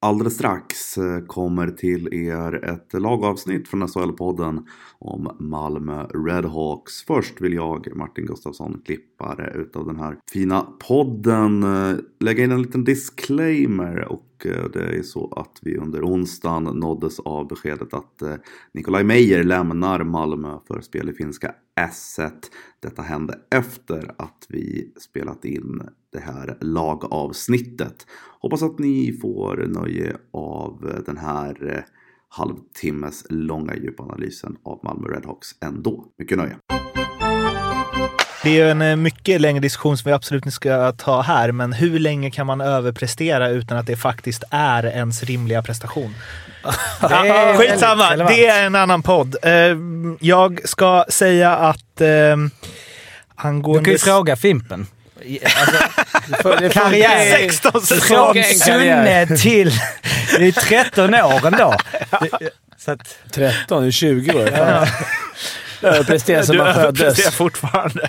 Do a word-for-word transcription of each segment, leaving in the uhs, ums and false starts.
Alldeles strax kommer till er ett lagavsnitt från S H L-podden om Malmö Redhawks. Först vill jag, Martin Gustafsson, klippare utav den här fina podden, lägga in en liten disclaimer. Och det är så att vi under onsdagen nåddes av beskedet att Nikolaj Meijer lämnar Malmö för spel i finska S ett. Detta hände efter att vi spelat in det här lagavsnittet. Hoppas att ni får nöje av den här halvtimmes långa djupanalysen av Malmö Redhawks ändå. Mycket nöje. Det är en mycket längre diskussion som vi absolut inte ska ta här, men hur länge kan man överprestera utan att det faktiskt är ens rimliga prestation? Ja, skitsamma, det är en annan podd. Jag ska säga att angående... Du kan ju fråga Fimpen. Alltså, karriär sexton från Sunne till det är tretton år ändå. Så att tretton, det är tjugo år. Ja. Jag presterar som man föddes. Du presterar fortfarande.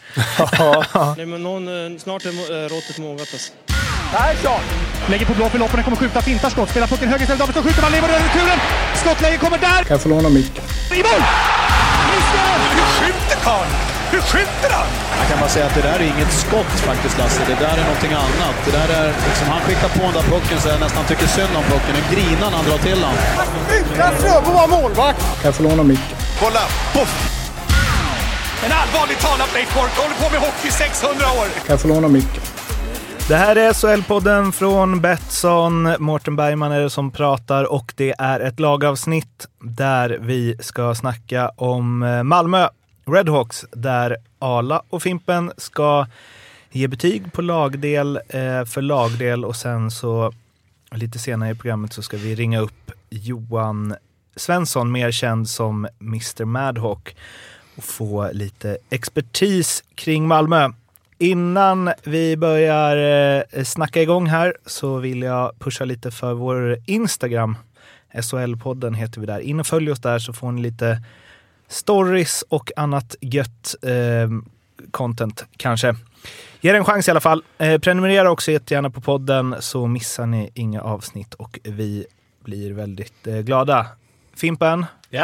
Ja. Nej, men någon, snart är råttet mågat alltså. Persson lägger på blå för loppen, kommer skjuta, fintar skott, spelar pucken höger istället, Davidsson skjuter, man lever över returen, skottläge kommer där. Kan jag få låna micken? I mål! Hur skjuter Karl? Hur skjuter han? Jag kan bara säga att det där är inget skott faktiskt, Lasse. Det där är någonting annat. Det där är liksom, han skickar på den där pucken så jag nästan tycker synd om pucken. En grinan han drar till han. Utan Fröbo var målvakt. Kan jag få låna micken? Kolla, poff! En allvarligt talat Leif Boork håller på med hockey sexhundra år. Kan jag få låna micken? Det här är S H L-podden från Betsson. Mårten Bergman är det som pratar och det är ett lagavsnitt där vi ska snacka om Malmö Redhawks, där Ala och Fimpen ska ge betyg på lagdel eh, för lagdel, och sen så lite senare i programmet så ska vi ringa upp Johan Svensson, mer känd som mister Madhawk, och få lite expertis kring Malmö. Innan vi börjar eh, snacka igång här så vill jag pusha lite för vår Instagram. S H L-podden heter vi där. In och följ oss där så får ni lite stories och annat gött eh, content kanske. Ge er en chans i alla fall. Eh, prenumerera också jättegärna på podden så missar ni inga avsnitt och vi blir väldigt eh, glada. Fimpen? Ja.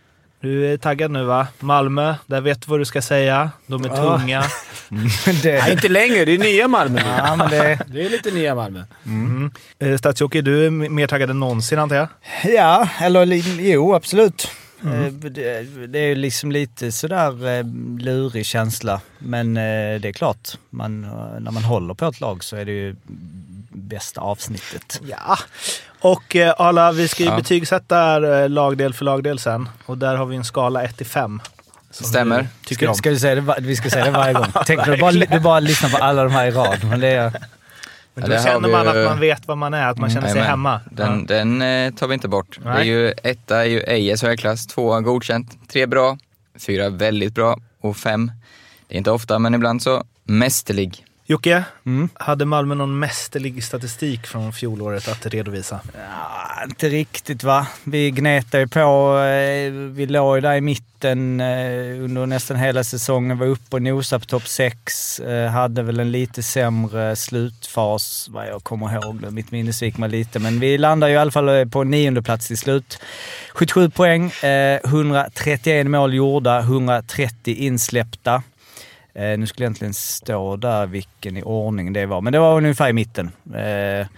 Du är taggad nu, va? Malmö, där vet du vad du ska säga. De är tunga. Mm. det... Nej, inte längre. Det är nya Malmö. Ja, men det... det är lite nya Malmö. Mm. Mm. Stadsjocke, du är mer taggad än någonsin, antar jag? Ja, eller jo, absolut. Mm. Det, det är liksom lite sådär lurig känsla. Men det är klart, man, när man håller på ett lag så är det ju bästa avsnittet. Ja, och eh, alla, vi ska ju ja. betygsätta eh, lagdel för lagdel sen. Och där har vi en skala ett till fem. Stämmer. Ska, ska du säga det, vi ska säga det varje gång. Tänk du bara, du bara lyssnar på alla de här i rad. Men det är... Men då ja, känner man vi, att man vet vad man är, att man känner sig amen. hemma. Den, ja. den eh, tar vi inte bort. Nej. Det är ju, etta är ju ej S H L-klass, tvåa godkänt, tre bra, fyra väldigt bra och fem, det är inte ofta men ibland så, mästerlig. Jocke, mm. hade Malmö någon mästerlig statistik från fjolåret att redovisa? Ja, inte riktigt, va? Vi gnetade ju på, vi låg där i mitten under nästan hela säsongen, var uppe och nosade på topp sex, hade väl en lite sämre slutfas, vad jag kommer ihåg, mitt minne svik mig lite, men vi landade ju i alla fall på nionde plats till slut. sjuttiosju poäng, etthundratrettioen mål gjorda, etthundratrettio insläppta. Eh, nu skulle jag egentligen stå där vilken i ordning det var. Men det var ungefär i mitten. Eh,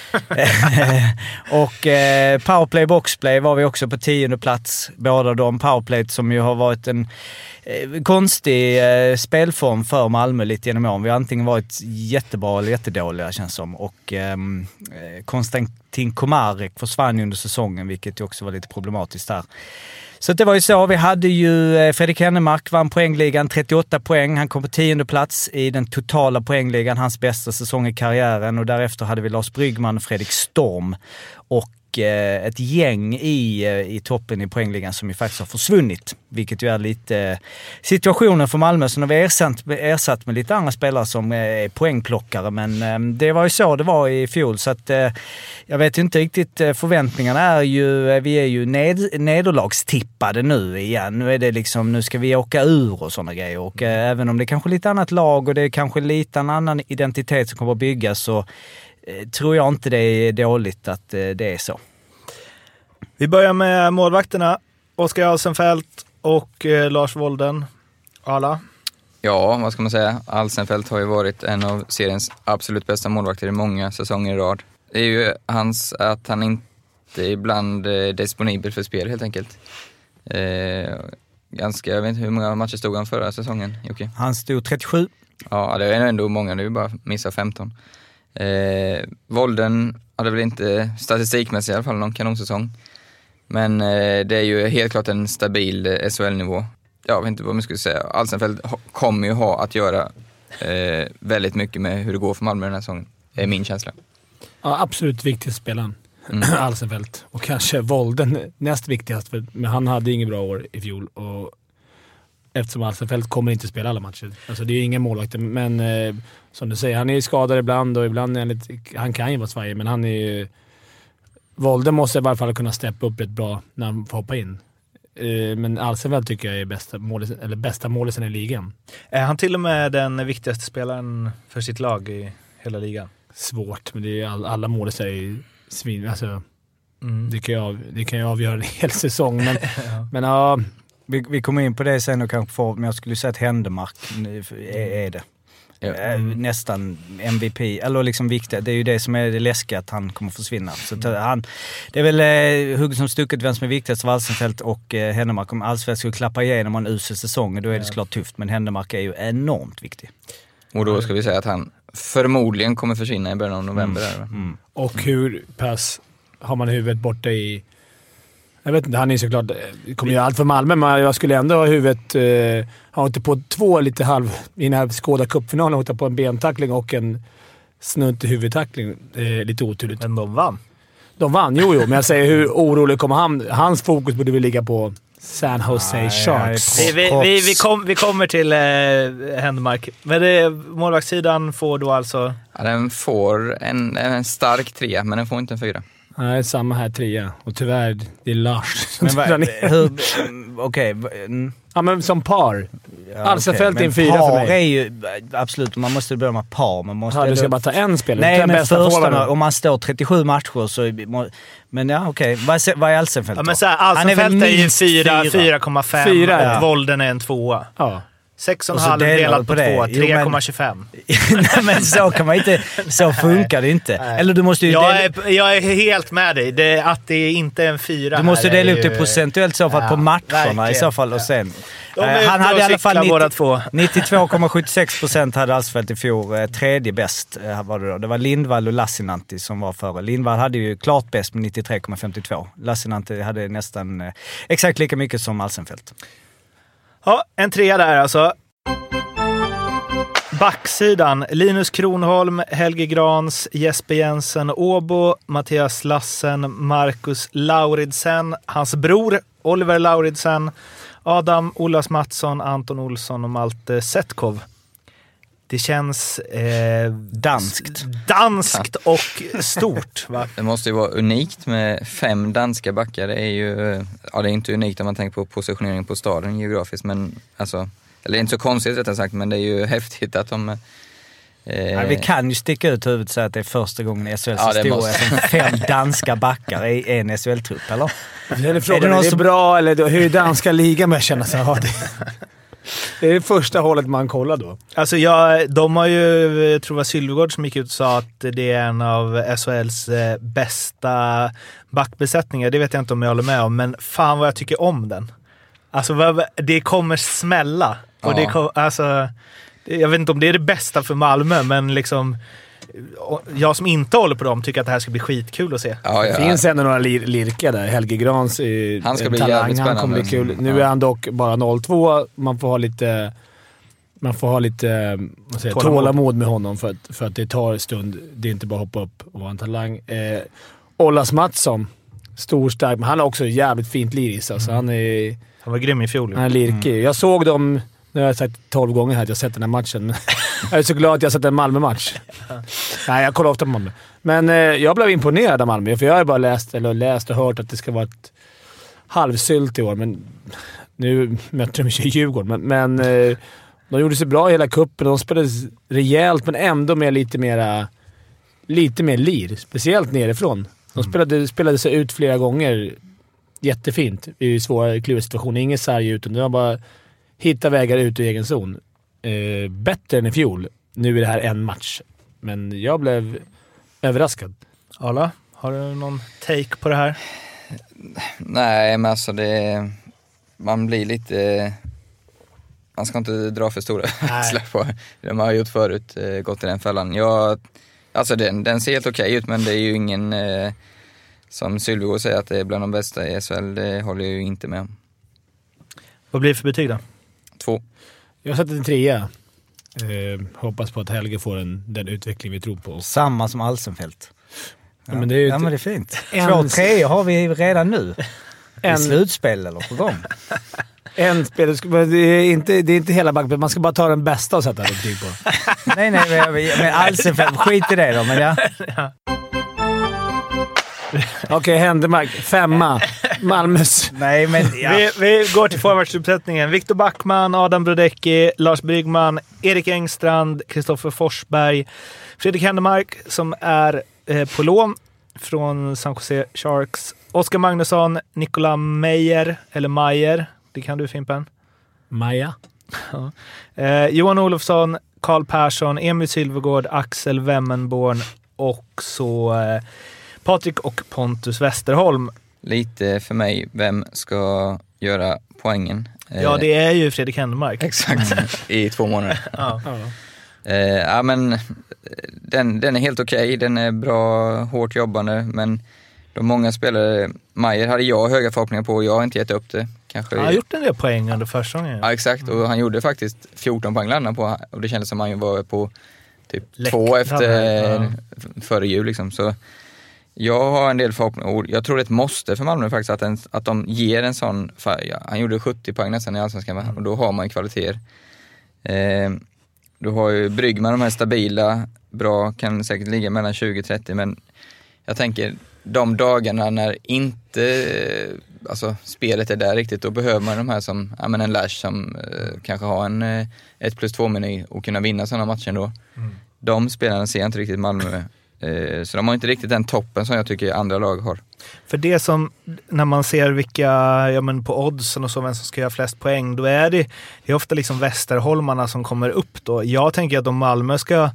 och eh, powerplay, boxplay var vi också på tionde plats. Båda de powerplay som ju har varit en eh, konstig eh, spelform för Malmö lite genom åren. Vi har antingen varit jättebra eller jättedåliga känns som. Och eh, Konstantin Komarek försvann under säsongen, vilket ju också var lite problematiskt där. Så det var ju så, vi hade ju Fredrik Hennemark vann poängligan, trettioåtta poäng. Han kom på tionde plats i den totala poängligan, hans bästa säsong i karriären. Och därefter hade vi Lars Bryggman och Fredrik Storm. Och ett gäng i, i toppen i poängligan som ju faktiskt har försvunnit. Vilket ju är lite situationen för Malmö. Så nu har vi ersatt, ersatt med lite andra spelare som är poängplockare. Men det var ju så det var i fjol. Så att jag vet ju inte riktigt. Förväntningarna är ju, vi är ju ned, nederlagstippade nu igen. Nu är det liksom, nu ska vi åka ur och sådana grejer. Och även om det är kanske lite annat lag och det är kanske lite en annan identitet som kommer att byggas, så eh, tror jag inte det är dåligt att eh, det är så. Vi börjar med målvakterna. Oskar Alsenfelt och eh, Lars Wolden. Alla? Ja, vad ska man säga? Alsenfelt har ju varit en av seriens absolut bästa målvakter i många säsonger i rad. Det är ju hans att han inte ibland är disponibel för spel helt enkelt. Eh, ganska, jag vet inte hur många matcher stod han förra säsongen, Jocke? Han stod trettiosju. Ja, det är ändå många nu, bara missar femton. Eh, Wolden hade väl inte statistikmässigt i alla fall någon kanonsäsong. Men eh, det är ju helt klart en stabil eh, S H L-nivå. Jag vet inte vad man skulle säga. Alsenfelt kommer ju ha att göra eh, väldigt mycket med hur det går för Malmö den här säsongen. Det är min känsla. Ja, absolut viktigast spelaren. Mm. Alsenfelt. Och kanske Wolden näst viktigast. För, men han hade ingen bra år i fjol. Och eftersom Alsenfelt kommer inte spela alla matcher. Alltså det är ju ingen målvakt. Men eh, som du säger, han är skadad ibland och ibland är han lite... Han kan ju vara svajig, men han är ju... Wolden måste i varje fall kunna steppa upp rätt bra när han får hoppa in. Men Alsenfelt tycker jag är bästa målisen, eller bästa målisen i ligan. Är han till och med den viktigaste spelaren för sitt lag i hela ligan? Svårt, men det är all, alla målisar är ju svin... Alltså, mm. det, kan ju, det kan ju avgöra en hel säsong. Men ja, men, ja vi, vi kommer in på det sen och kanske få... Men jag skulle säga att Händemark är, är det. Mm. Nästan M V P, eller liksom viktigt. Det är ju det som är det läskiga, att han kommer försvinna. Så att han, det är väl eh, hugg som stucket vem som är viktigast av Alsenfelt och eh, Händemark. Om Alsenfelt skulle klappa igenom en usel säsong, då är det såklart tufft. Men Händemark är ju enormt viktig. Och då ska vi säga att han förmodligen kommer försvinna i början av november. Mm. Där, mm. Och hur pass har man huvudet borta i... Jag vet inte, han är såklart... kommer ju allt för Malmö, men jag skulle ändå ha huvudet... Eh, han åkte på två lite halv... I den här Skåda Cup-finalen åkte på en bentackling och en snudd huvudtackling. Eh, lite oturligt. Men de vann. De vann, jo, jo. Men jag säger, hur orolig kommer han... Hans fokus borde väl ligga på San Jose Nej, Sharks. Vi, vi, vi, vi, kom, vi kommer till eh, Händemark. Men det, målvaktssidan får då alltså... Ja, den får en, en stark trea, men den får inte en fyra. Nej, samma här trea. Och tyvärr, det är Lars som Men spelar ner. Okej. Ja, men som par. Ja, Alsenfelt okay. är en fyra för mig. Par är ju... Absolut, man måste börja med par. Man måste ja, du ska bara ta en spelare. Nej, men första, om om man står trettiosju matcher så... Men ja, okej. Okay. Vad, vad är Alsenfelt ja, då? men så här, Alsenfelt är, är ju fyra komma fem fyra, och ja. Wolden är en tvåa. Ja. sex komma fem delat på två, tre komma tjugofem. Nej, men så kan man inte... Så funkar det inte. Nej. Eller du måste ju... Jag är, jag är helt med dig. Det, att det inte är en fyra. Du måste här dela är ut det ju... procentuellt i så fall ja, på matcherna verkligen. i så fall och sen... De är han hade i alla fall nittio, nittiotvå komma sjuttiosex procent hade Alsenfelt i fjol. Tredje bäst var det då. Det var Lindvall och Lassinantti som var före. Lindvall hade ju klart bäst med nittiotre komma femtiotvå. Lassinantti hade nästan eh, exakt lika mycket som Alsenfelt. Ja, en trea där alltså. Backsidan. Linus Kronholm, Helge Grans, Jesper Jensen Åbo, Mattias Lassen, Marcus Lauridsen, hans bror Oliver Lauridsen, Adam Olas Mattsson, Anton Olsson och Malte Setkov. Det känns eh, danskt. Danskt och stort, va? Det måste ju vara unikt med fem danska backar. Det är ju, ja, det är inte unikt om man tänker på positioneringen på staden geografiskt, men alltså, eller inte så konstigt rättare sagt, men det är ju häftigt att de... Eh, ja, vi kan ju sticka ut huvudet och säga att det är första gången i S H L:s ja, historia måste. som fem danska backar i en S H L-trupp, eller? Är det, frågan, är det, är det som... bra, eller hur är danska ligan med att känna sig? Ja, det... det är det första hållet man kollar då. Alltså jag, de har ju, jag tror det var Sylvegård som gick ut och sa att det är en av S H L:s bästa backbesättningar. Det vet jag inte om jag håller med om, men fan vad jag tycker om den. Alltså det kommer smälla. Och ja. det kom, alltså, jag vet inte om det är det bästa för Malmö, men liksom jag som inte håller på dem tycker att det här ska bli skitkul att se. Ja, ja. Det finns ändå några lir- lirka där. Helge Grans i han ska bli talang, jävligt spännande. Han kommer bli kul. Nu är han dock bara noll två. Man får ha lite man får ha lite vad säger, tålamod. tålamod med honom för att, för att det tar en stund. Det är inte bara att hoppa upp och vara en talang. Eh, Olas Mattsson, stor, stark, men han har också jävligt fint liris. Alltså. Mm. Han är Han var grym i fjol. Han är lirkig. Mm. Jag såg dem, nu har jag sagt tolv gånger här att jag sett den här matchen. Jag är så glad att jag sett en Malmö-match. Nej, jag kollar ofta på Malmö. Men eh, jag blev imponerad av Malmö, för jag har bara läst, eller läst och hört att det ska vara ett halvsylt i år, men nu mötte de sig i Djurgården. Men, men eh, de gjorde sig bra i hela kuppen. De spelade rejält, men ändå med lite mera lite mer lir. Speciellt nerifrån. De Mm. spelade, spelade sig ut flera gånger jättefint i svåra kluriga situationer. Ingen sarg ut. Det var bara hitta vägar ut ur egen zon. Eh, bättre än i fjol. Nu är det här en match. Men jag blev överraskad. Arla, har du någon take på det här? Nej, men alltså det... Man blir lite... Man ska inte dra för stora släpp på det man har gjort förut, gått i den fällan. Jag, alltså den, den ser helt okej ut, men det är ju ingen... Eh, som Sylvegård säger att det är bland de bästa i S H L, det håller jag ju inte med om. Vad blir det för betyg då? Två. Jag sätter en trea. Eh, hoppas på att Helge får en, den utveckling vi tror på. Samma som Alsenfelt. Ja, ja, men det är ju ja, ett, men det är fint. En... Två, tre har vi redan nu. En... I slutspel eller på gång. En spelare, det är inte, det är inte hela backen. Man ska bara ta den bästa och sätta ett betyg på. nej, nej, men, men Alsenfelt, skit i det då. Men ja. ja. Okej, okay, Händemark. Femma. Malmös. Nej, men... Ja. Vi, vi går till forwardsuppsättningen. Viktor Backman, Adam Brodecki, Lars Bryggman, Erik Engstrand, Kristoffer Forsberg, Fredrik Händemark som är eh, på lån från San Jose Sharks, Oskar Magnusson, Nikola Meyer, eller Meyer, det kan du Fimpen. Maja. Ja. Eh, Johan Olofsson, Karl Persson, Emil Sylvegård, Axel Wemmenborn och så eh, Patrik och Pontus Westerholm. Lite för mig, vem ska göra poängen? Ja, det är ju Fredrik Händemark. Exakt, i två månader. Ja. Eh, ja, men den, den är helt okej, okay. Den är bra, hårt jobbande, men de många spelare, Meyer hade jag höga förhoppningar på och jag har inte gett upp det. Kanske... Han har gjort en del poäng under försäsongen. Ja, exakt, och han gjorde faktiskt fjorton poäng landade på, och det kändes som att han var på typ Läckra, två efter ja. före jul liksom, så jag har en del förhoppningar och jag tror det är ett måste för Malmö faktiskt att, en, att de ger en sån, ja, han gjorde sjuttio poäng nästan i Allsvenskan mm. och då har man kvaliteter. Eh, du har ju Bryggman, de här stabila, bra, kan säkert ligga mellan tjugo till trettio, men jag tänker de dagarna när inte alltså, spelet är där riktigt, då behöver man de här som, ja men en Lash som eh, kanske har en eh, ett plus två meny och kunna vinna sådana matcher då. Mm. De spelarna ser inte riktigt Malmö. Så de har inte riktigt den toppen som jag tycker andra lag har. För det som, när man ser vilka, ja men på oddsen och så, vem som ska göra flest poäng, då är det, det är ofta liksom Västerholmarna som kommer upp då. Jag tänker att om Malmö ska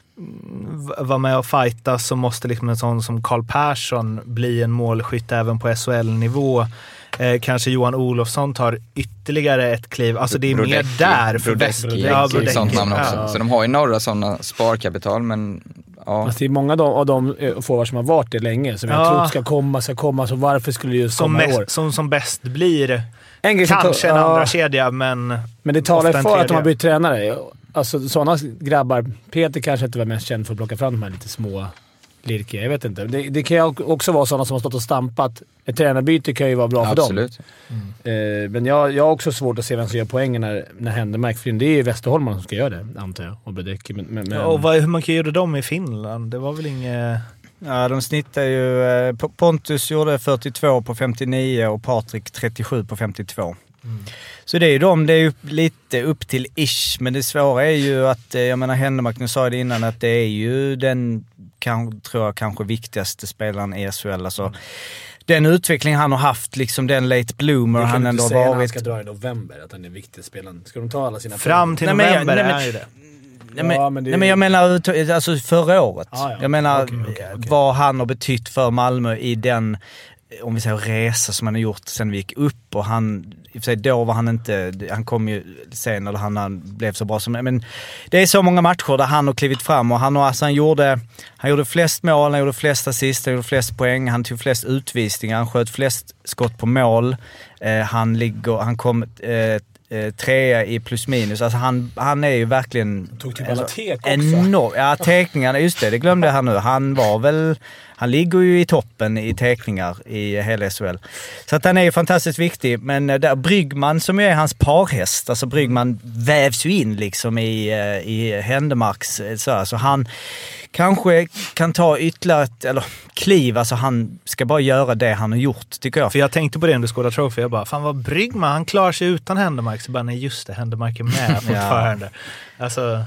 vara med och fighta så måste liksom en sån som Karl Persson bli en målskytt även på S H L-nivå. Eh, kanske Johan Olofsson tar ytterligare ett kliv. Alltså det är Brodecki, mer där för Brodecki, Brodecki. ja, Brodecki. Sånt namn också. Ja. Så de har ju några sådana sparkapital, men ja. Alltså, det är många av de forwards som har varit det länge som ja. jag tror ska komma, ska komma. Så varför skulle det just som komma mest, år? Som, som bäst blir en kanske en ja. andra kedja, men Men det talar för att de har blivit tränare. Alltså sådana grabbar. Peter kanske inte var mest känd för att plocka fram de här lite små lirkiga. Jag vet inte. Det, det kan ju också vara sådana som har stått och stampat. Ett tränarbyte kan ju vara bra Absolut. för dem. Mm. Eh, men jag, jag har också svårt att se vem som gör poängen när, när Händemark. För det är ju Västerholmarna som ska göra det, antar jag. Och Brodecki. Men, men, ja, och vad, hur man kan göra dem i Finland? Det var väl inget... Ja, de snittar ju... Eh, Pontus gjorde fyrtiotvå på femtionio och Patrik trettiosju på femtiotvå. Mm. Så det är ju de, det är ju lite upp till ish, men det svåra är ju att, jag menar Händemark, nu sa jag det innan, att det är ju den, kan, tror jag, kanske viktigaste spelaren i S H L. Alltså, mm. den utveckling han har haft, liksom den late bloomer han ändå har varit. Han ska dra i november, att han är viktig spelaren. Ska de ta alla sina fram till nej, november men, är nej, ju det. Nej men, ja, men, det är... nej men jag menar alltså förra året. Ah, ja. Jag menar okay, okay, okay. vad han har betytt för Malmö i den, om vi säger resa som han har gjort sen vi gick upp, och han, i och för sig då var han inte, han kom ju sen eller han, han blev så bra som, men det är så många matcher där han har klivit fram och han, och alltså han gjorde, han gjorde flest mål, han gjorde flest assist, han gjorde flest poäng, han tog flest utvisningar, han sköt flest skott på mål, eh, han ligger, han kom eh, trea i plus minus. Alltså han, han är ju verkligen... Tog typ alla tek också. Enorm, ja, teckningarna, just det, det glömde jag här nu. Han var väl... Han ligger ju i toppen i teckningar i hela S H L. Så att han är ju fantastiskt viktig. Men där Bryggman som ju är hans parhäst, alltså Bryggman vävs ju in liksom i, i Händemarks... Så alltså han kanske kan ta ytterligare ett, eller kliv, alltså han ska bara göra det han har gjort, tycker jag. För jag tänkte på det under Skåda Trophy, jag bara, fan vad Bryggman, han klarar sig utan Händemark, så bara, nej just det, Händemark är med fortfarande. Ja. Alltså...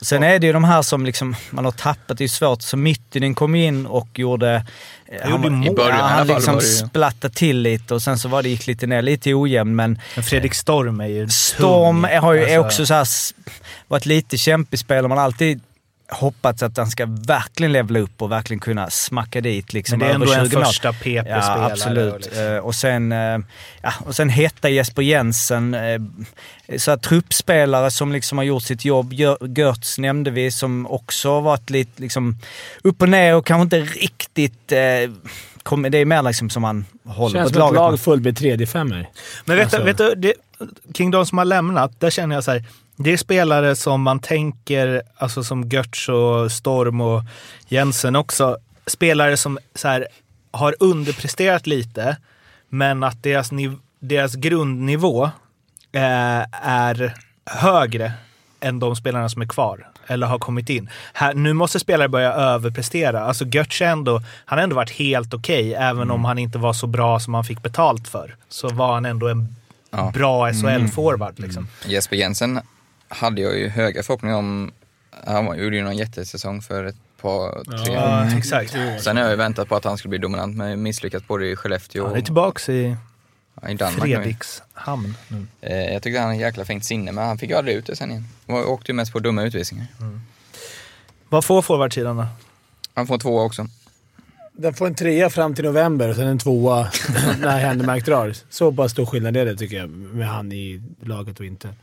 Sen är det ju de här som liksom, man har tappat, det är ju svårt. Så Myttinen kom in och gjorde... Han, gjorde han, i början, ja, han liksom det splattade till lite och sen så var det gick lite ner, lite ojämn. Men, men Fredrik Storm är ju Storm tung. har ju alltså. också så här, varit lite kämpig spelare. Man har alltid hoppats att han ska verkligen levla upp och verkligen kunna smacka dit. Liksom, men det är ändå en mål. första P P-spelare. Ja, absolut. Och, liksom. och, sen, ja, och sen hetta Jesper Jensen. Så här, truppspelare som liksom har gjort sitt jobb. Götz nämnde vi, som också har varit lite liksom, upp och ner och kanske inte riktigt... Eh, kom, det är mer liksom som man håller känns på ett lag. lag fullt med tredje femmer. Men vet, alltså. du, vet du, det, kring de som har lämnat, där känner jag så här... Det är spelare som man tänker, alltså som Götz och Storm och Jensen också, spelare som så här, har underpresterat lite, men att deras, niv- deras grundnivå eh, är högre än de spelarna som är kvar eller har kommit in. Här, nu måste spelare börja överprestera. Alltså Götz ändå, han har ändå varit helt okej, okay, även mm. om han inte var så bra som han fick betalt för. Så var han ändå en ja. bra S H L-forward. Liksom. Mm. Jesper Jensen hade jag ju höga förhoppningar om. Han gjorde ju någon jättesäsong för ett par, tre ja, mm. exakt. Sen har jag ju väntat på att han skulle bli dominant, men misslyckats både i Skellefteå och... Han är tillbaka i, ja, i Danmark. Fredrikshamn. Mm. Eh, jag tyckte han hade jäkla fint sinne, men han fick ju aldrig ut det sen igen. Han åkte ju mest på dumma utvisningar. Mm. Vad får forwardsidan då? Han får två också. Den får en trea fram till november och sen en tvåa när Händemark drar. Så bara stor skillnad är det, tycker jag, med han i laget och inte.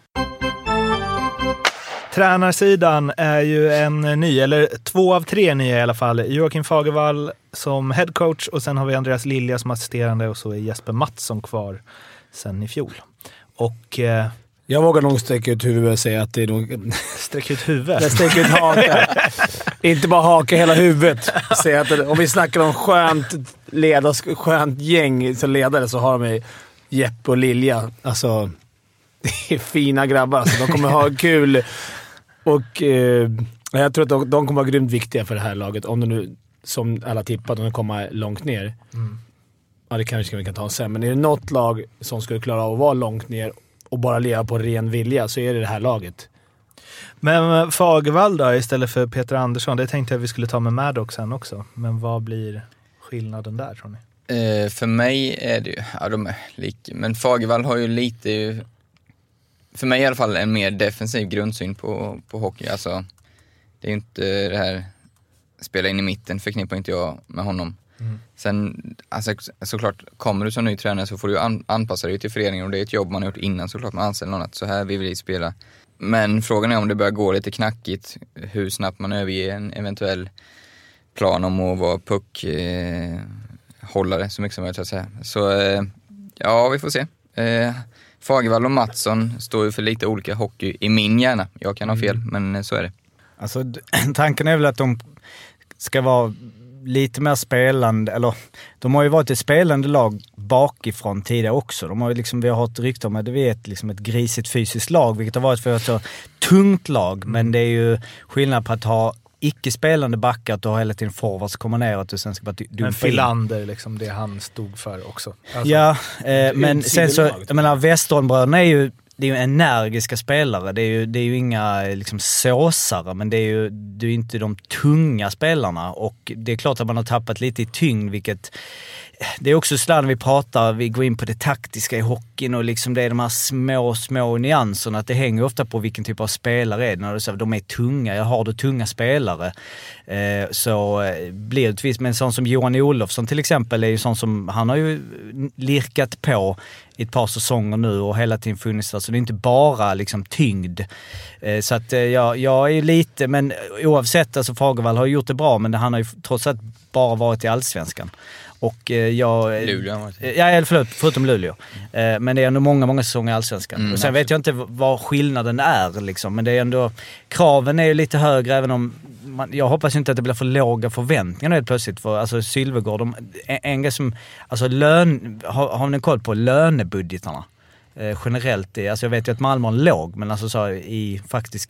Tränarsidan är ju en ny, eller två av tre nya i alla fall. Joakim Fagervall som headcoach och sen har vi Andreas Lilja som assisterande och så är Jesper Mattsson kvar sen i fjol. Och... Eh, jag vågar nog sträcka ut huvudet och säga att det är nog... Sträcka ut huvudet? Jag sträcker ut haka. Inte bara haka hela huvudet. Säga att om vi snackar om skönt, leda, skönt gäng som ledare så har de Jeppe och Lilja. Alltså, det är fina grabbar. Så de kommer ha kul. Och eh, jag tror att de, de kommer vara grymt viktiga för det här laget. Om de nu, som alla tippar, de kommer långt ner. Mm. Ja, det kanske vi kan ta sen. Men är det något lag som skulle klara av att vara långt ner och bara leva på ren vilja, så är det det här laget. Men Fagervall då, istället för Peter Andersson, det tänkte jag vi skulle ta med Maddox sen också. Men vad blir skillnaden där, tror ni? Eh, för mig är det ju, ja, de är lika. Men Fagervall har ju lite, för mig i alla fall, en mer defensiv grundsyn på, på hockey. Alltså, det är ju inte det här spela in i mitten, förknippar inte jag med honom. Mm. Sen, alltså, såklart, kommer du som ny tränare så får du an, anpassa dig till föreningen, och det är ett jobb man har gjort innan, såklart man anställer något. Så här vill vi spela. Men frågan är om det börjar gå lite knackigt, hur snabbt man överger en eventuell plan om att vara puck eh, hållare så mycket som jag vill säga. Så eh, ja, vi får se. Eh, Fagervall och Mattsson står ju för lite olika hockey i min hjärna. Jag kan ha fel, mm. men så är det. Alltså, tanken är väl att de ska vara lite mer spelande, eller de har ju varit ett spelande lag bakifrån tidigare också. De har ju liksom, vi har hört rykte om att det är ett, liksom ett grisigt fysiskt lag, vilket har varit för ett så tungt lag, men det är ju skillnad på att ha icke-spelande backar, att du har hela tiden forwards kommer ner och sen ska bara dumpa. Men Filander, liksom det han stod för också. Alltså, ja, eh, men sen så, jag menar, Westerholmbröderna är ju, det är ju energiska spelare. Det är ju, det är ju inga liksom såsare, men det är ju det är inte de tunga spelarna. Och det är klart att man har tappat lite i tyngd, vilket det är också sådär när vi pratar, vi går in på det taktiska i hockeyn och liksom det är de här små, små nyanserna, att det hänger ofta på vilken typ av spelare är det. När du säger de är tunga, jag har du tunga spelare eh, så blir det ett visst, men sån som Johan Olofsson till exempel är ju sån som, han har ju lirkat på i ett par säsonger nu och hela tiden funnits där, så det är inte bara liksom tyngd. Eh, så att eh, jag, jag är lite, men oavsett, alltså Fagervall har gjort det bra, men han har ju trots allt bara varit i Allsvenskan. Och jag... Luleå. Ja, förlåt, förutom Luleå. Mm. Men det är ändå många, många säsonger i Allsvenskan. Mm, och sen absolut. Vet jag inte vad skillnaden är liksom. Men det är ändå... Kraven är ju lite högre, även om... Man, jag hoppas inte att det blir för låga förväntningar helt plötsligt. För alltså Sylvegård, de, en, en grej som... Alltså lön... Har, har ni koll på lönebudgetarna? Eh, generellt. Alltså jag vet ju att Malmö är låg, men alltså så i faktiska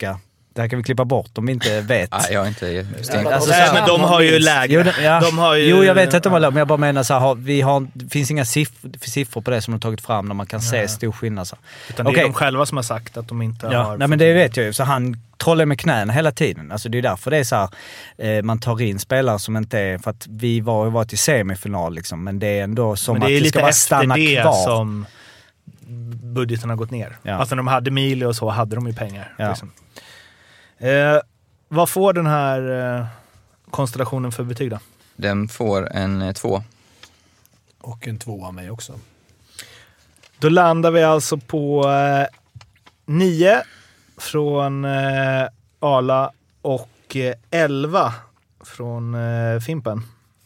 Det här kan vi klippa bort om vi inte vet. Nej, jag har inte stängt. Alltså, nej, men de har ju lägre. Jo, de, ja. de har ju, jo, jag vet att de har lägre, men jag bara menar så här, vi har, det finns inga siffror, siffror på det som de har tagit fram där man kan nej. se stor skillnad. Så. Utan det okay. är de själva som har sagt att de inte ja. har... Nej, men det vet jag ju. Så han trollar med knäna hela tiden. Alltså det är därför det är så här, eh, man tar in spelare som inte är... För att vi var ju varit i semifinal liksom, men det är ändå som men det att är det ska bara stanna det kvar. Som budgeten har gått ner. Ja. Alltså när de hade Mili och så hade de ju pengar. Ja. Liksom. Eh, vad får den här eh, konstellationen för betyg då? Den får en eh, två. Och en två av mig också. Då landar vi alltså på eh, nio från eh, Arla och eh, elva från eh, Fimpen.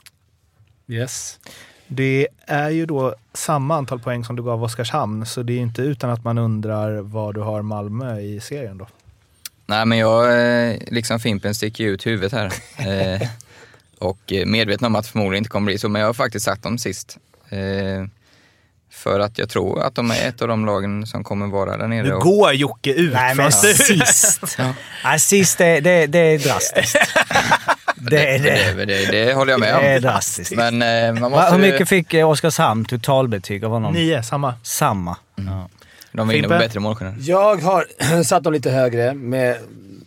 Yes. Det är ju då samma antal poäng som du gav Oskarshamn, så det är inte utan att man undrar vad du har Malmö i serien då. Nej, men jag, liksom Fimpen, sticker ut huvudet här. eh, och medveten om att förmodligen inte kommer bli så, men jag har faktiskt sagt dem sist. Eh, för att jag tror att de är ett av de lagen som kommer vara där nere. Nu och... går Jocke ut. Nej, men sist. ja. Nej, sist, det, det, det är drastiskt. Det, är det. Det, det, det håller jag med om. Det är drastiskt. Men, eh, man måste... Hur mycket fick Oskarshamn totalbetyg av honom? Nio, samma. Samma. Mm. Ja. De var inne på bättre målskillnad. Jag har satt dem lite högre med...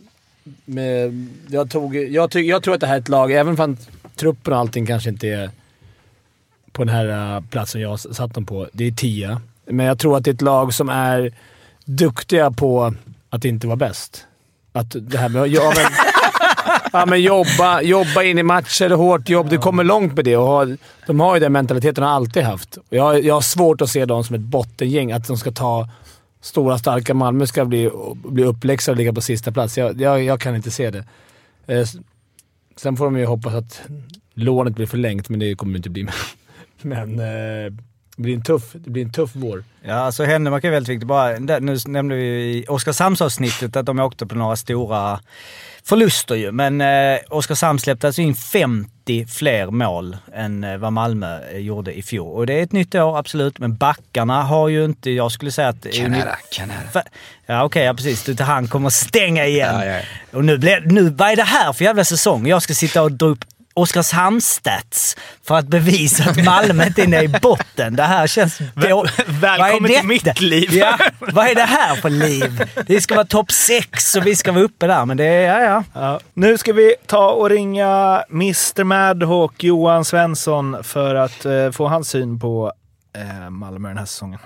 med jag, tog, jag, tyck, jag tror att det här är ett lag, även om truppen och allting kanske inte är på den här uh, platsen jag satt dem på. Det är tio. Men jag tror att det är ett lag som är duktiga på att inte vara bäst. Att det här med... Ja, men, ja, men jobba, jobba in i matcher, hårt jobb. Du kommer långt med det. Och har, de har ju den mentaliteten de alltid haft. Jag, jag har svårt att se dem som ett bottengäng. Att de ska ta stora, starka Malmö ska bli, bli uppläxade och ligga på sista plats. Jag, jag, jag kan inte se det. Eh, sen får de ju hoppas att lånet blir förlängt, men det kommer inte bli. Men eh, det blir en tuff, det blir en tuff vår. Ja, alltså Händemark är väldigt viktigt. Bara, nu nämnde vi i Oskarshamnsavsnittet att de åkte på några stora förluster ju. Men eh, Oskarshamn släppte alltså in femtio fler mål än eh, vad Malmö eh, gjorde i fjol. Och det är ett nytt år, absolut. Men backarna har ju inte, jag skulle säga att... Kanära, kanära. Ja, okej, okay, ja, precis. Han kommer stänga igen. Ja, ja. Och nu blir nu, vad är det här för jävla säsong? Jag ska sitta och dra upp Oskarshamns stats för att bevisa att Malmö inte är nere i botten. Det här känns... Då... Välkommen till mitt liv. Ja, vad är det här för liv? Det ska vara topp sex och vi ska vara uppe där, men det är... Ja, ja. Ja. Nu ska vi ta och ringa mister Madhawk, Johan Svensson, för att eh, få hans syn på eh, Malmö den här säsongen.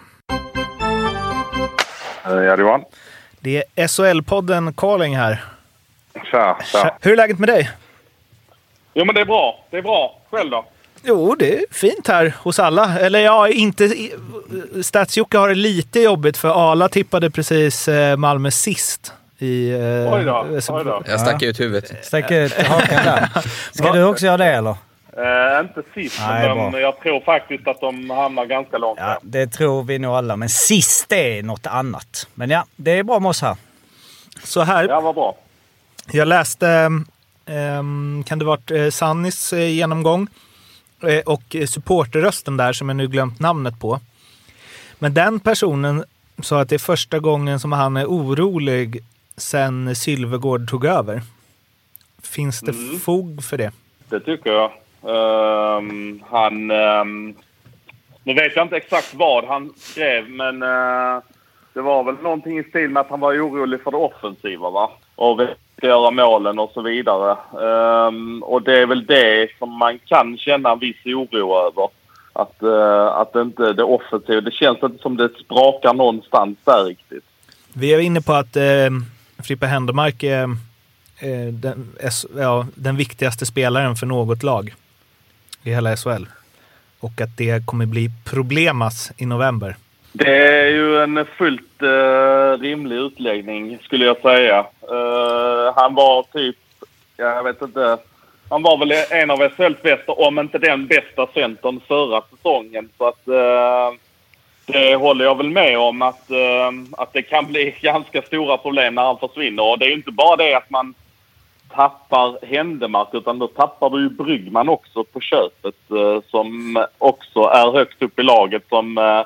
Ja, Johan. Det är S H L-podden Calling här. Tja, tja. Hur är läget med dig? Jo, men det är bra. Det är bra. Själv då? Jo, det är fint här hos alla. Eller ja, inte... Stadsjocke har det lite jobbigt för Arla tippade precis Malmö sist. I, eh, oj då, oj då. Jag stack ut huvudet. Stack ut hakan där. Ska du också göra det, eller? Eh, inte sist, Nej, men jag tror faktiskt att de hamnar ganska långt. Ja, det tror vi nog alla. Men sist är något annat. Men ja, det är bra med oss här. Så här. Ja, vad bra. Jag läste... Um, kan det varit uh, Sannis uh, genomgång uh, och uh, supporterrösten där som jag nu glömt namnet på. Men den personen sa att det är första gången som han är orolig sen Sylvegård tog över. Finns det mm. fog för det? Det tycker jag. Um, han... Um, nu vet jag inte exakt vad han skrev, men uh, det var väl någonting i stil med att han var orolig för det offensiva, va? Och vi ska göra målen och så vidare. Um, och det är väl det som man kan känna en viss oro över. Att, uh, att inte det offensiva, det känns inte som det sprakar någonstans där riktigt. Vi är inne på att eh, Frippe Händemark är eh, den, ja, den viktigaste spelaren för något lag i hela S H L. Och att det kommer bli problemas i november. Det är ju en fullt uh, rimlig utläggning, skulle jag säga. Uh, han var typ, jag vet inte, han var väl en av S H L:s bästa, om inte den bästa centern förra säsongen. Så att uh, det håller jag väl med om att, uh, att det kan bli ganska stora problem när han försvinner. Och det är ju inte bara det att man tappar Händemark, utan då tappar du ju Bryggman också på köpet, uh, som också är högst upp i laget, som... Uh,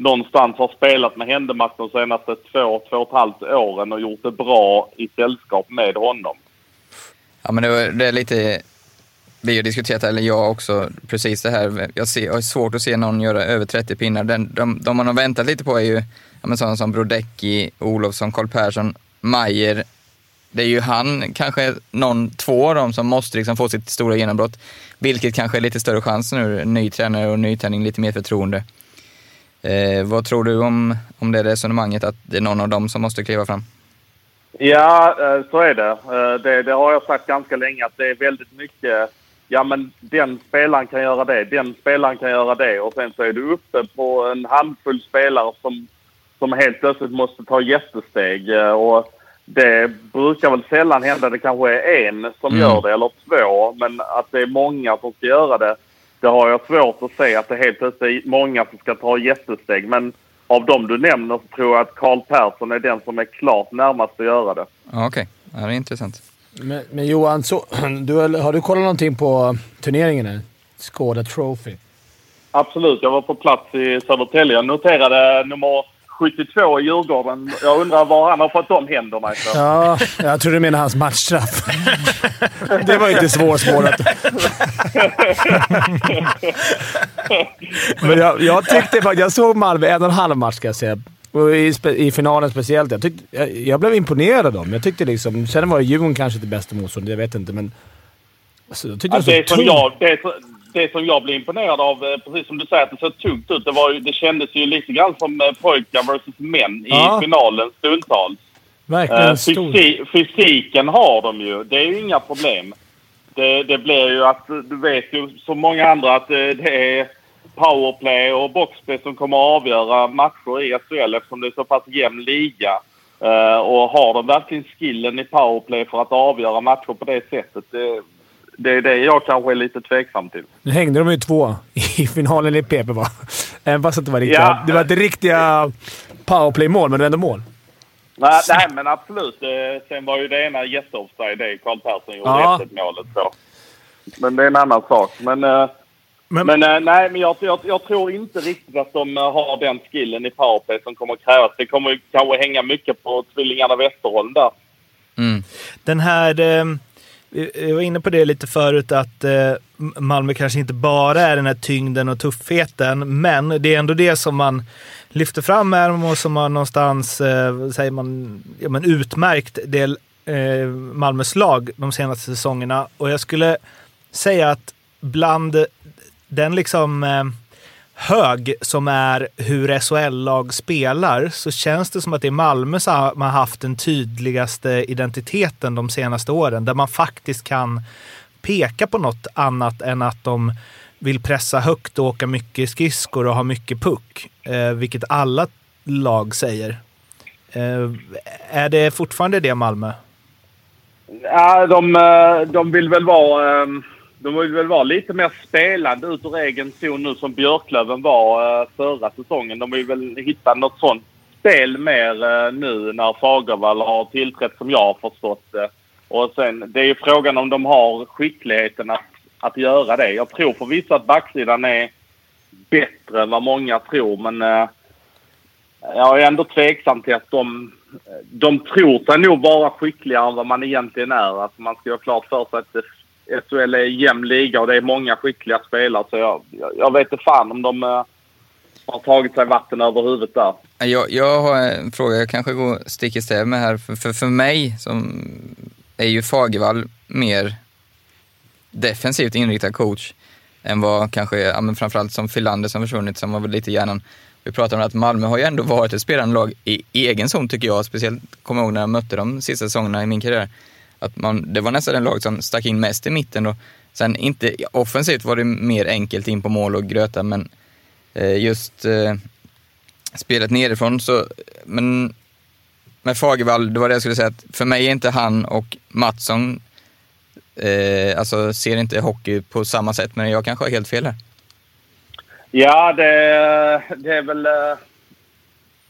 någonstans har spelat med Händemark de senaste två, två och ett halvt åren och gjort det bra i sällskap med honom. Ja, men det, det är lite... Vi har diskuterat, eller jag också, precis det här. Jag, ser, jag har svårt att se någon göra över trettio pinnar. Den, de, de man har väntat lite på är ju ja, men sådana som Brodecki, Olofsson, Karl Persson, Maier. Det är ju han, kanske någon, två av dem som måste liksom få sitt stora genombrott. Vilket kanske är lite större chans nu. Ny tränare och ny träning, lite mer förtroende. Eh, vad tror du om, om det resonemanget att det är någon av dem som måste kliva fram? Ja, så är det. det. Det har jag sagt ganska länge att det är väldigt mycket... Ja, men den spelaren kan göra det, den spelaren kan göra det. Och sen så är du uppe på en handfull spelare som, som helt plötsligt måste ta jättesteg. Och det brukar väl sällan hända. Det kanske är en som mm. gör det, eller två. Men att det är många som ska göra det, det har jag svårt att säga. Att det helt plötsligt är många som ska ta jättesteg. Men av dem du nämner så tror jag att Karl Persson är den som är klart närmast att göra det. Okej, okay. Ja, det är intressant. Men, men Johan, så, du, har du kollat någonting på turneringen här? Skoda Trophy? Absolut, jag var på plats i Södertälje. Jag noterade nummer sjuttiotvå i Djurgården. Jag undrar var han har fått de händerna ifrån. Ja, jag tror du menar hans matchstraff. Det var inte svårspårat. Men jag, jag tyckte faktiskt... Jag såg Malmö en och en halv match, ska jag säga. Och i, i finalen speciellt. Jag, tyckte, jag, jag blev imponerad av dem. Jag tyckte liksom... Sen var Djurgården kanske det bästa motstånd, jag vet inte, men... Alltså, jag tyckte alltså, det, det, som jag, det, det som jag blev imponerad av, precis som du säger, att det såg tungt ut. Det, var ju, det kändes ju lite grann som pojkar versus män ja. i finalen stundtals. Verkligen uh, fysi, fysiken har de ju. Det är ju inga problem. Det, det blir ju att, du vet ju som många andra, att det är powerplay och boxplay som kommer att avgöra matcher i S H L eftersom det är så pass jämn liga. Uh, och har de verkligen skillen i powerplay för att avgöra matcher på det sättet? Det, det är det jag kanske är lite tveksam till. Nu hängde de ju två i finalen i P P, va? Även fast det var riktiga, ja. det var inte riktiga powerplay-mål, men det var ändå mål. Nej, nej, men absolut. Sen var ju det ena jätteoffside, det Karl Persson gjorde ja. ett målet så. Men det är en annan sak. Men, men, men nej, men jag, jag, jag tror inte riktigt att de har den skillen i powerplay som kommer att krävas. Det kommer kanske hänga mycket på tvillingarna Westerholm där. Mm. Den här... Eh... Jag var inne på det lite förut att eh, Malmö kanske inte bara är den här tyngden och tuffheten, men det är ändå det som man lyfter fram med dem och som man någonstans eh, säger man, ja, men utmärkt det eh, Malmös lag de senaste säsongerna. Och jag skulle säga att bland den liksom eh, hög som är hur S H L-lag spelar så känns det som att det är Malmö som har haft den tydligaste identiteten de senaste åren, där man faktiskt kan peka på något annat än att de vill pressa högt och åka mycket skridskor och ha mycket puck, eh, vilket alla lag säger. Eh, är det fortfarande det Malmö? Ja, de, de vill väl vara... De vill väl vara lite mer spelande ut ur egen zon nu som Björklöven var förra säsongen. De vill väl hitta något sånt spel mer nu när Fagervall har tillträtt, som jag har förstått det. Och sen, det är ju frågan om de har skickligheten att, att göra det. Jag tror för vissa att backsidan är bättre än vad många tror, men eh, jag är ändå tveksam till att de, de tror sig nog vara skickligare än vad man egentligen är. Alltså man ska ha klart för sig att det S H L är jämn liga och det är många skickliga spelare, så jag, jag, jag vet inte fan om de uh, har tagit sig vatten över huvudet där. Jag, jag har en fråga, jag kanske går stick i stäv med här. För, för, för mig som är ju Fagervall mer defensivt inriktad coach än vad kanske, ja, men framförallt som Filander som försvunnit, som var väl lite hjärnan. Vi pratar om att Malmö har ju ändå varit ett spelande lag i egen zon, tycker jag. Speciellt kommer jag ihåg när jag mötte de sista säsongerna i min karriär. Att man, det var nästan den lag som stack in mest i mitten. Och sen inte offensivt var det mer enkelt in på mål och gröta, men eh, just eh, spelet nerifrån så, men med Fagervall, det var det jag skulle säga, att för mig är inte han och Mattsson eh, alltså ser inte hockey på samma sätt, men jag kanske har helt fel här. Ja, det, det är väl... Eh,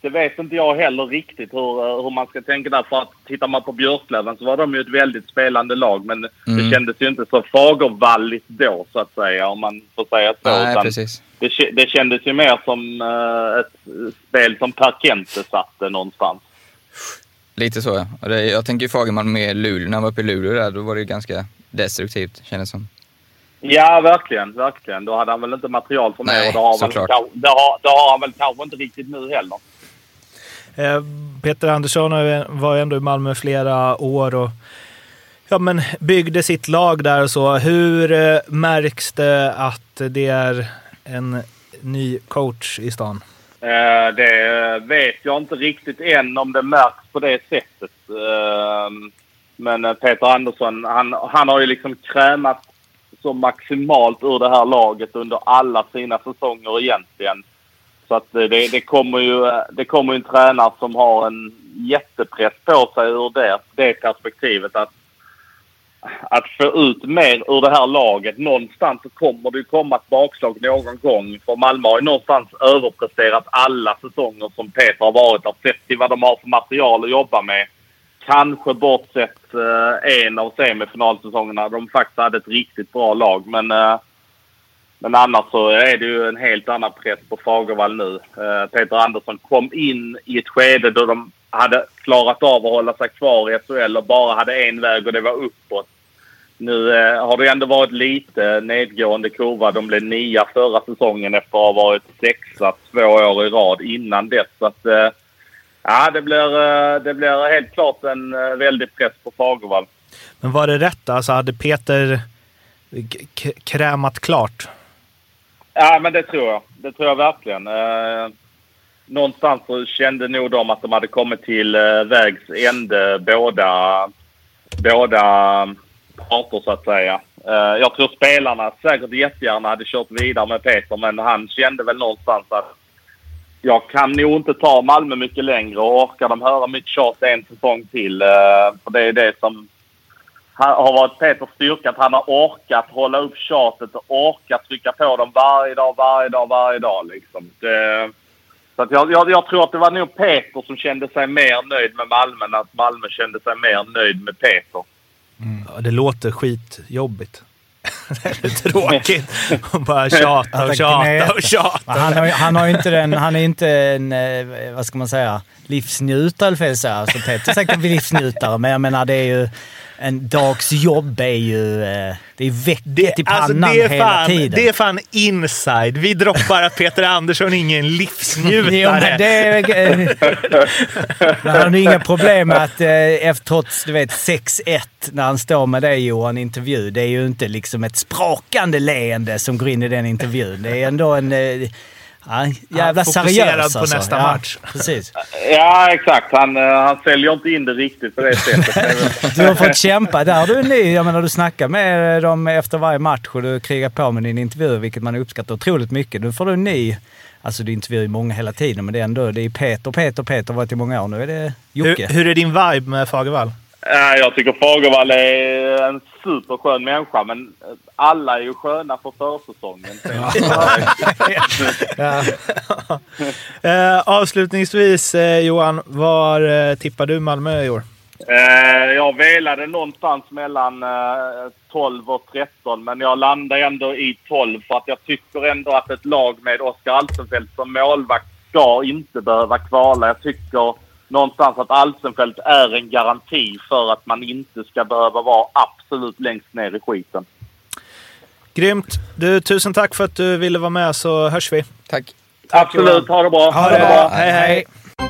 det vet inte jag heller riktigt hur, hur man ska tänka där. För att tittar man på Björklöven så var de ju ett väldigt spelande lag. Men mm. det kändes ju inte så fagervalligt då, så att säga, om man får säga så. Nej, precis. Det, det kändes ju mer som uh, ett spel som Per Kente satte någonstans. Lite så, ja. Det, jag tänker ju Fagerman med Luleå. När han var uppe i Luleå där, då var det ganska destruktivt, kändes som. Ja, verkligen, verkligen. Då hade han väl inte material för mig. Och det har, väl, det, har, det har han väl kanske inte riktigt nu heller. Eh, Peter Andersson var ju ändå i Malmö flera år och ja, men byggde sitt lag där och så. Hur eh, märks det att det är en ny coach i stan? Eh, det vet jag inte riktigt än om det märks på det sättet. Eh, men Peter Andersson, han, han har ju liksom krämat så maximalt ur det här laget under alla sina säsonger egentligen. Så att det, det, kommer ju, det kommer ju en tränare som har en jättepress på sig ur det, det perspektivet. Att, att få ut mer ur det här laget. Någonstans så kommer det ju komma ett bakslag någon gång. För Malmö har ju någonstans överpresterat alla säsonger som Peter har varit där. Sett till vad de har för material att jobba med. Kanske bortsett eh, en av semifinalsäsongerna. De faktiskt hade ett riktigt bra lag. Men, eh, men annars så är det ju en helt annan press på Fagervall nu. Eh, Peter Andersson kom in i ett skede då de hade klarat av att hålla sig kvar i S H L och bara hade en väg och det var uppåt. Nu eh, har det ändå varit lite nedgående kurva. De blev nia förra säsongen efter att ha varit sexa två år i rad innan dess. Så att... Eh, Ja, det blir, det blir helt klart en väldig press på Fagervall. Men var det rätt? Alltså hade Peter k- krämat klart? Ja, men det tror jag. Det tror jag verkligen. Eh, någonstans så kände nog de att de hade kommit till eh, vägs ände båda, båda parter, så att säga. Eh, jag tror spelarna säkert jättegärna hade kört vidare med Peter, men han kände väl någonstans att jag kan nog inte ta Malmö mycket längre och orkar de höra mitt tjat en säsong till. Uh, för det är det som har varit Peters styrka, att han har orkat hålla upp tjatet och orkat trycka på dem varje dag, varje dag, varje dag. Liksom. Det, så att jag, jag, jag tror att det var nog Peter som kände sig mer nöjd med Malmö än att Malmö kände sig mer nöjd med Peter. Mm. Ja, det låter skitjobbigt. Det är lite tråkigt och bara tjata och tjata och tjata. Han har, han har ju inte den, han är inte en, vad ska man säga, livsnjutare, för att säga. Alltså Peter säkert blir livsnjutare, men jag menar det är ju en dags jobb är ju det är vecket i pannan alltså hela fan, tiden. Det är fan inside. Vi droppar att Peter Andersson är ingen livsnjutare. Jo, men det är, men han har inga problem med att efter trots du vet sex ett när han står med dig i en intervju, det är ju inte liksom ett sprakande leende som går in i den intervjun. Det är ändå en ja, jävla seriös på alltså. Nästa ja, match. Precis. Ja, exakt. Han, han säljer inte in det riktigt på det sättet. Du har fått kämpa. Där du är ny. Jag menar, du snackar med dem efter varje match och du krigar på med din intervju, vilket man uppskattar otroligt mycket. Nu får du en ny. Alltså du intervjuar många hela tiden, men det är ändå det är Peter, Peter, Peter har varit i många år. Nu är det Jocke. Hur, hur är din vibe med Fagervall? Jag tycker Fagervall är en superskön människa, men alla är ju sköna för försäsongen. Ja. uh, avslutningsvis, uh, Johan, var uh, tippar du Malmö i år? Uh, jag velade någonstans mellan uh, tolv och tretton, men jag landar ändå i tolv för att jag tycker ändå att ett lag med Oskar Alsenfelt som målvakt ska inte behöva kvala. Jag tycker någonstans att Alsenfelt är en garanti för att man inte ska behöva vara absolut längst ner i skiten. Grymt. Du, tusen tack för att du ville vara med, så hörs vi. Tack. tack absolut, ha det bra. Ha det bra. Hej, hej.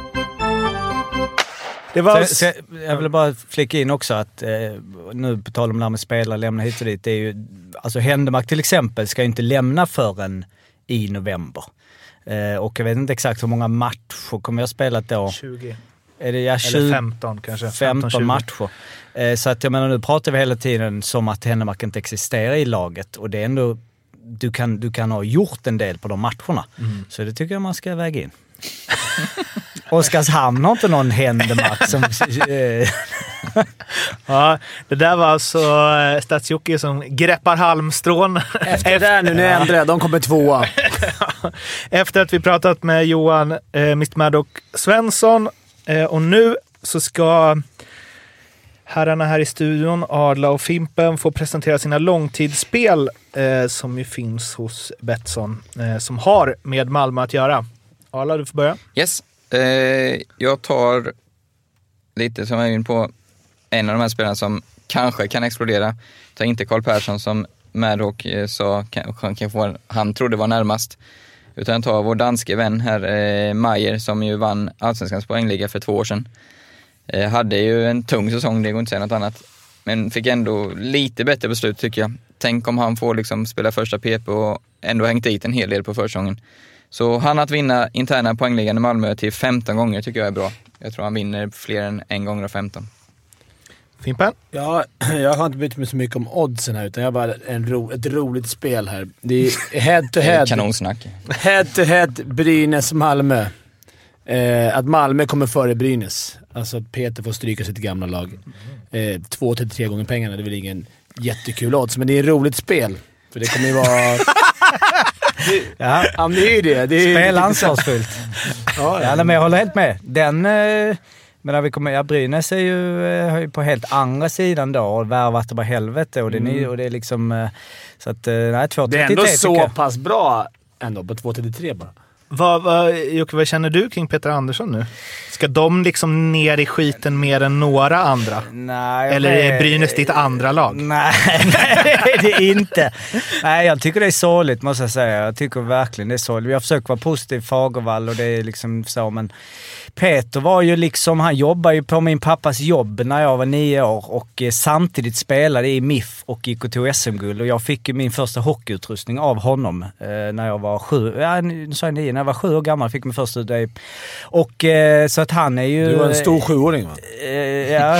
Det var... så, så, jag vill bara flika in också att eh, nu på tal om när man spelar, lämna hit och dit, det är ju, alltså Händemark till exempel ska ju inte lämna förrän i november. Eh, och jag vet inte exakt hur många matcher kommer jag spelat då. tjugo. Är det, ja, tjugo, eller femton kanske. femton, femton matcher. Eh, så att jag menar, nu pratar vi hela tiden som att Händemark inte existerar i laget. Och det är ändå, du kan, du kan ha gjort en del på de matcherna. Mm. Så det tycker jag man ska väga in. Oskarshamn har inte någon Händemark som... Eh. Ja, det där var alltså Stadsjocke som greppar halmstrån. Efter det där nu, nu ändrar jag. De kommer tvåa. Efter att vi pratat med Johan, eh, mister Maddock Svensson eh, och nu så ska herrarna här i studion, Adla och Fimpen, få presentera sina långtidsspel eh, som ju finns hos Betsson eh, som har med Malmö att göra. Adla, du får börja. Yes. Eh, jag tar lite som jag är in på en av de här spelarna som kanske kan explodera. Jag tar inte Carl Persson som Maddock eh, sa kan, kan få, han trodde var närmast. Utan jag tar vår danske vän här, eh, Meier, som ju vann Allsvenskans poängliga för två år sedan. Eh, hade ju en tung säsong, det går inte att säga något annat. Men fick ändå lite bättre beslut tycker jag. Tänk om han får liksom spela första P P och ändå hängt dit en hel del på försäsongen. Så han att vinna interna poängligan i Malmö till femton gånger tycker jag är bra. Jag tror han vinner fler än en gånger av femton. Fimpen? Ja, jag har inte brytt mig så mycket om oddsen här, utan jag har bara en ro, ett roligt spel här. Det är head to head. Kanonsnack. Head to head Brynäs-Malmö. Eh, att Malmö kommer före Brynäs. Alltså att Peter får stryka sitt gamla lag. Eh, två till tre gånger pengarna, det är väl ingen jättekul odds, men det är ett roligt spel. För det kommer ju vara... ja, ja, men det är ju det. det är spel ansvarsfullt. ja, ja. Men jag håller helt med. Den... Eh... Men när vi kommer, ja, Brynäs är ju, är ju på helt andra sidan då och värvat det bara helvete och det, mm. och det är liksom så att nej, två det är ändå så pass bra ändå på två till tre bara. Vad, vad, Jocke, vad känner du kring Peter Andersson nu? Ska de liksom ner i skiten mer än några andra? Nej, eller är Brynäs ditt andra lag? Nej, nej, det är inte. Nej, jag tycker det är sorgligt måste jag säga. Jag tycker verkligen det är sorgligt. Vi har försökt vara positiv Fagervall och det är liksom så, men Peter var ju liksom, han jobbade ju på min pappas jobb när jag var nio år och samtidigt spelade i M I F och gick och tog S M-guld och jag fick ju min första hockeyutrustning av honom eh, när jag var sju, ja nu sa jag nio, när jag var sju år gammal fick min första ut och eh, så att han är ju... Du var en stor sjuåring va? Eh, ja.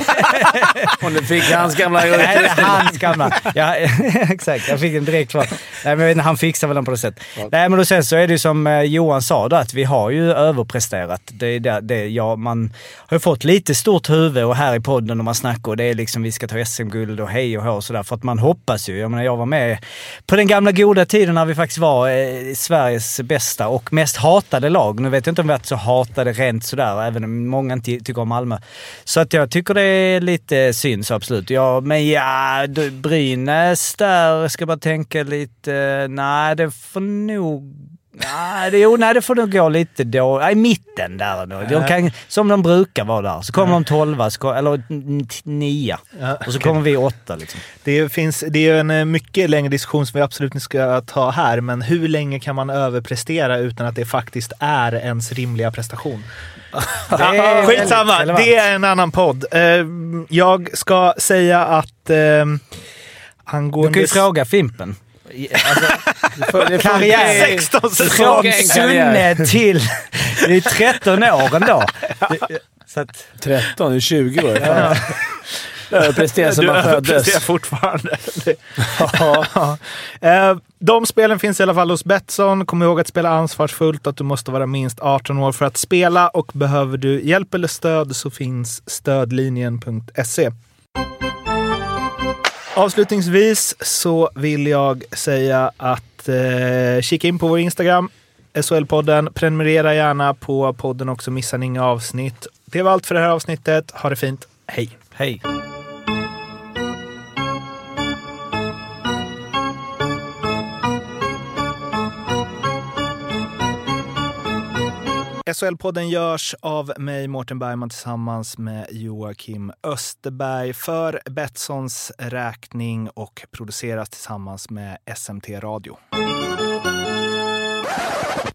Och du fick hans gamla... Nej, hans gamla. Ja, exakt, jag fick en direkt kvar. Nej, men jag vet inte, han fixar väl den på det sätt. Ja. Nej, men då sen så är det ju som eh, Johan sa då, att vi har ju överpresterat. Det är det, det, ja, man har ju fått lite stort huvud och här i podden och man snackar och det är liksom vi ska ta S M-guld och hej och hå och sådär för att man hoppas ju. Jag menar, jag var med på den gamla goda tiden när vi faktiskt var eh, Sveriges bästa och mest hatade lag. Nu vet jag inte om vi varit så hatade rent sådär, även om många inte tycker om Malmö. Så att jag tycker det är lite synd så absolut. Ja, men ja, du, Brynäs där ska bara tänka lite, nej det får nog... Nej, det, jo, nej, det får nog gå lite då. Nej, mitten där då. De kan, som de brukar vara där. Så kommer de tolva, eller nia. Ja, och så kommer vi åtta. Liksom. Det, finns, det är en mycket längre diskussion som vi absolut inte ska ta här. Men hur länge kan man överprestera utan att det faktiskt är ens rimliga prestation? Det är skitsamma, det är en annan podd. Jag ska säga att angående... Du kan ju fråga Fimpen. Alltså, karriär sexton från Sunne till det är tretton år ändå. Så att, tretton, det är tjugo år. Ja. Jag presterar som man föddes. Presterar fortfarande. ja. De spelen finns i alla fall hos Betsson. Kom ihåg att spela ansvarsfullt, att du måste vara minst arton år för att spela och behöver du hjälp eller stöd så finns stödlinjen punkt se. Avslutningsvis så vill jag säga att eh, kika in på vår Instagram, S H L-podden. Prenumerera gärna på podden också, missa inga avsnitt. Det var allt för det här avsnittet. Ha det fint. Hej. Hej. S H L-podden görs av mig, Mårten Bergman, tillsammans med Joakim Österberg för Betssons räkning och produceras tillsammans med S M T Radio.